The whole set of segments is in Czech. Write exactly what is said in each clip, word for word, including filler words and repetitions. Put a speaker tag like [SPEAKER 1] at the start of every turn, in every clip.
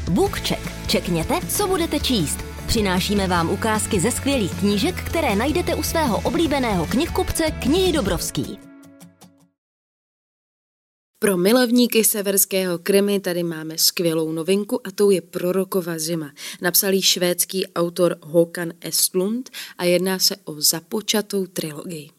[SPEAKER 1] BookCheck. Čekněte, co budete číst. Přinášíme vám ukázky ze skvělých knížek, které najdete u svého oblíbeného knihkupce Knihy Dobrovský.
[SPEAKER 2] Pro milovníky severského krimi tady máme skvělou novinku a tou je Prorokova zima. Napsal ji švédský autor Håkan Estlund a jedná se o započatou trilogii.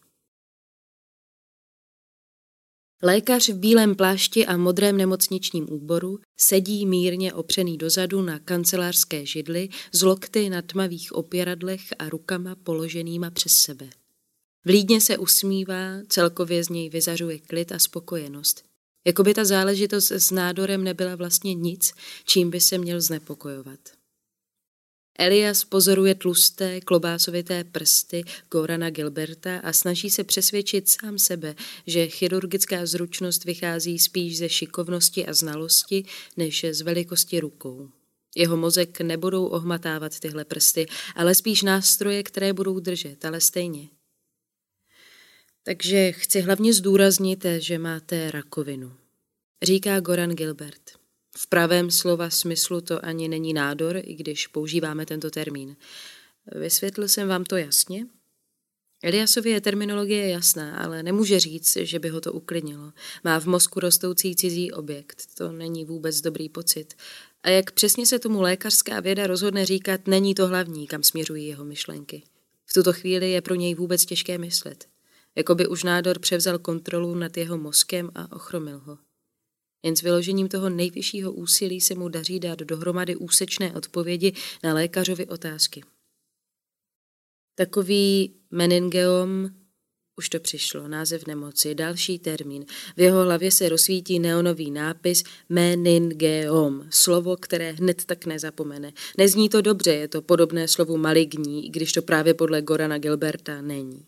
[SPEAKER 2] Lékař v bílém plášti a modrém nemocničním úboru sedí mírně opřený dozadu na kancelářské židli z lokty na tmavých opěradlech a rukama položenýma přes sebe. Vlídně se usmívá, celkově z něj vyzařuje klid a spokojenost. Jakoby ta záležitost s nádorem nebyla vlastně nic, čím by se měl znepokojovat. Elias pozoruje tlusté, klobásovité prsty Gorana Gilberta a snaží se přesvědčit sám sebe, že chirurgická zručnost vychází spíš ze šikovnosti a znalosti, než z velikosti rukou. Jeho mozek nebudou ohmatávat tyhle prsty, ale spíš nástroje, které budou držet, ale stejně. Takže chci hlavně zdůraznit, že máte rakovinu, říká Goran Gilbert. V pravém slova smyslu to ani není nádor, i když používáme tento termín. Vysvětlil jsem vám to jasně? Eliasově je terminologie jasná, ale nemůže říct, že by ho to uklidnilo. Má v mozku rostoucí cizí objekt. To není vůbec dobrý pocit. A jak přesně se tomu lékařská věda rozhodne říkat, není to hlavní, kam směřují jeho myšlenky. V tuto chvíli je pro něj vůbec těžké myslet. Jakoby už nádor převzal kontrolu nad jeho mozkem a ochromil ho. Jen s vyložením toho nejvyššího úsilí se mu daří dát dohromady úsečné odpovědi na lékařovy otázky. Takový meningeom, už to přišlo, název nemoci, další termín. V jeho hlavě se rozsvítí neonový nápis meningeom, slovo, které hned tak nezapomene. Nezní to dobře, je to podobné slovu maligní, i když to právě podle Gorana Gilberta není.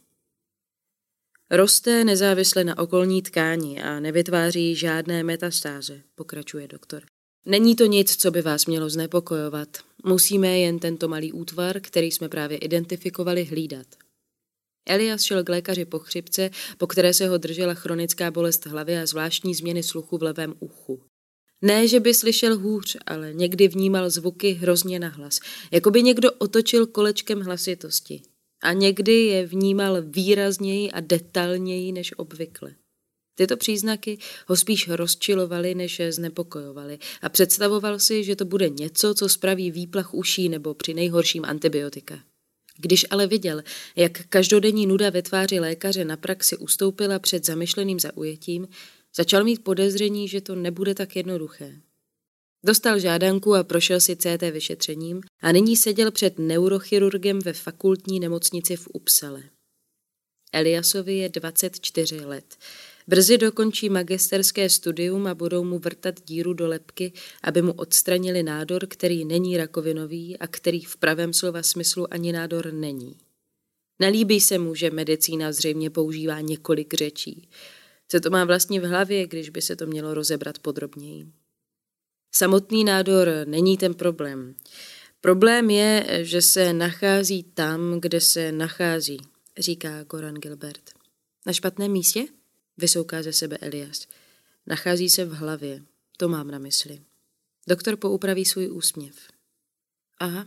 [SPEAKER 2] Roste nezávisle na okolní tkáni a nevytváří žádné metastáze, pokračuje doktor. Není to nic, co by vás mělo znepokojovat. Musíme jen tento malý útvar, který jsme právě identifikovali, hlídat. Elias šel k lékaři po chřipce, po které se ho držela chronická bolest hlavy a zvláštní změny sluchu v levém uchu. Ne, že by slyšel hůř, ale někdy vnímal zvuky hrozně nahlas, jako by někdo otočil kolečkem hlasitosti. A někdy je vnímal výrazněji a detailněji než obvykle. Tyto příznaky ho spíš rozčilovaly, než znepokojovaly a představoval si, že to bude něco, co spraví výplach uší nebo při nejhorším antibiotika. Když ale viděl, jak každodenní nuda ve tváři lékaře na praxi ustoupila před zamyšleným zaujetím, začal mít podezření, že to nebude tak jednoduché. Dostal žádanku a prošel si C T vyšetřením a nyní seděl před neurochirurgem ve fakultní nemocnici v Uppsale. Eliasovi je dvacet čtyři let. Brzy dokončí magisterské studium a budou mu vrtat díru do lebky, aby mu odstranili nádor, který není rakovinový a který v pravém slova smyslu ani nádor není. Nelíbí se mu, že medicína zřejmě používá několik řečí. Co to má vlastně v hlavě, když by se to mělo rozebrat podrobněji? Samotný nádor není ten problém. Problém je, že se nachází tam, kde se nachází, říká Goran Gilbert. Na špatném místě? Vysouká ze sebe Elias. Nachází se v hlavě, to mám na mysli. Doktor poupraví svůj úsměv. Aha.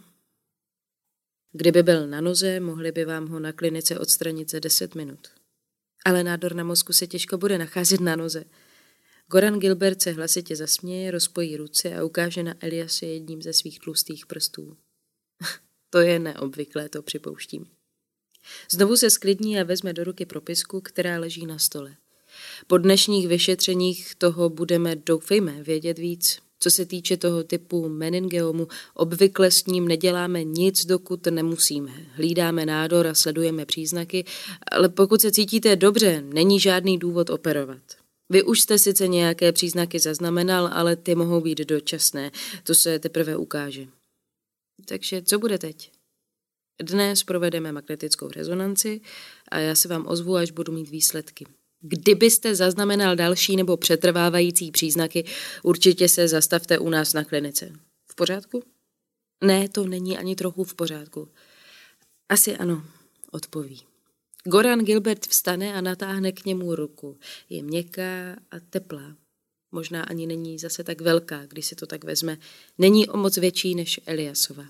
[SPEAKER 2] Kdyby byl na noze, mohli by vám ho na klinice odstranit za deset minut. Ale nádor na mozku se těžko bude nacházet na noze. Goran Gilbert se hlasitě zasměje, rozpojí ruce a ukáže na Eliase jedním ze svých tlustých prstů. To je neobvyklé, to připouštím. Znovu se sklidní a vezme do ruky propisku, která leží na stole. Po dnešních vyšetřeních toho budeme, doufejme, vědět víc. Co se týče toho typu meningiomu, obvykle s ním neděláme nic, dokud nemusíme. Hlídáme nádor a sledujeme příznaky, ale pokud se cítíte dobře, není žádný důvod operovat. Vy už jste sice nějaké příznaky zaznamenal, ale ty mohou být dočasné. To se teprve ukáže. Takže co bude teď? Dnes provedeme magnetickou rezonanci a já se vám ozvu, až budu mít výsledky. Kdybyste zaznamenal další nebo přetrvávající příznaky, určitě se zastavte u nás na klinice. V pořádku? Ne, to není ani trochu v pořádku. Asi ano, odpoví. Goran Gilbert vstane a natáhne k němu ruku. Je měkká a teplá. Možná ani není zase tak velká, když si to tak vezme. Není o moc větší než Eliasova.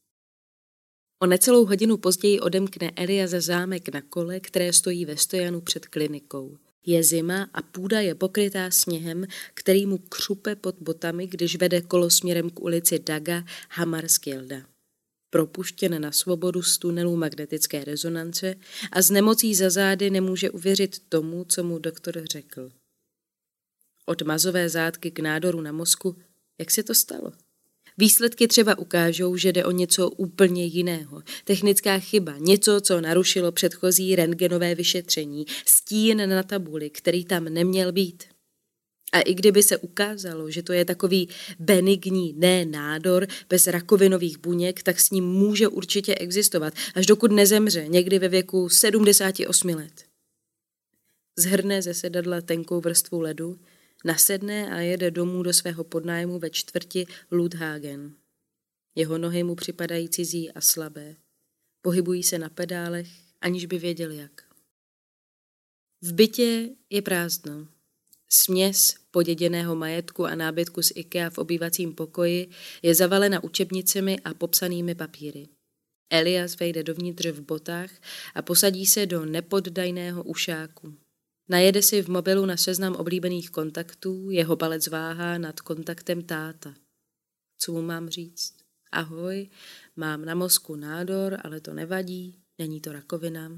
[SPEAKER 2] O necelou hodinu později odemkne Elias zámek na kole, které stojí ve stojanu před klinikou. Je zima a půda je pokrytá sněhem, který mu křupe pod botami, když vede kolo směrem k ulici Daga Hammarskjölda. Propuštěn na svobodu z tunelu magnetické rezonance a s nemocí za zády nemůže uvěřit tomu, co mu doktor řekl. Od mazové zátky k nádoru na mozku, jak se to stalo? Výsledky třeba ukážou, že jde o něco úplně jiného. Technická chyba, něco, co narušilo předchozí rentgenové vyšetření, stín na tabuli, který tam neměl být. A i kdyby se ukázalo, že to je takový benigní ne nádor bez rakovinových buněk, tak s ním může určitě existovat, až dokud nezemře, někdy ve věku sedmdesát osm let. Zhrne ze sedadla tenkou vrstvu ledu, nasedne a jede domů do svého podnájmu ve čtvrti Ludhagen. Jeho nohy mu připadají cizí a slabé. Pohybují se na pedálech, aniž by věděl jak. V bytě je prázdno. Směs poděděného majetku a nábytku z IKEA v obývacím pokoji je zavalena učebnicemi a popsanými papíry. Elias vejde dovnitř v botách a posadí se do nepoddajného ušáku. Najede si v mobilu na seznam oblíbených kontaktů, jeho palec váhá nad kontaktem táta. Co mu mám říct? Ahoj, mám na mozku nádor, ale to nevadí, není to rakovina.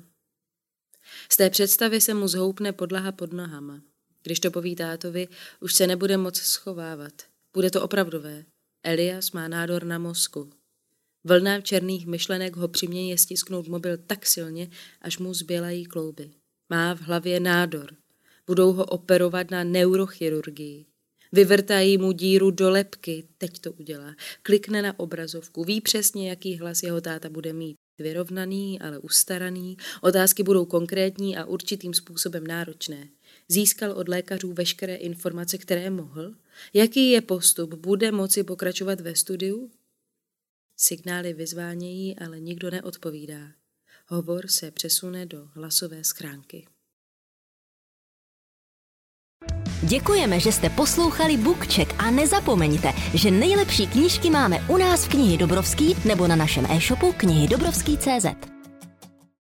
[SPEAKER 2] Z té představy se mu zhoupne podlaha pod nohama. Když to poví tátovi, už se nebude moc schovávat. Bude to opravdové. Elias má nádor na mozku. Vlna černých myšlenek ho přiměje stisknout mobil tak silně, až mu zbělají klouby. Má v hlavě nádor. Budou ho operovat na neurochirurgii. Vyvrtají mu díru do lebky, teď to udělá. Klikne na obrazovku, ví přesně, jaký hlas jeho táta bude mít. Vyrovnaný, ale ustaraný, otázky budou konkrétní a určitým způsobem náročné. Získal od lékařů veškeré informace, které mohl? Jaký je postup? Bude moci pokračovat ve studiu? Signály vyzvánějí, ale nikdo neodpovídá. Hovor se přesune do hlasové schránky.
[SPEAKER 1] Děkujeme, že jste poslouchali BookCheck a nezapomeňte, že nejlepší knížky máme u nás v Knihy Dobrovský nebo na našem e-shopu knihy dobrovský tečka cé zet.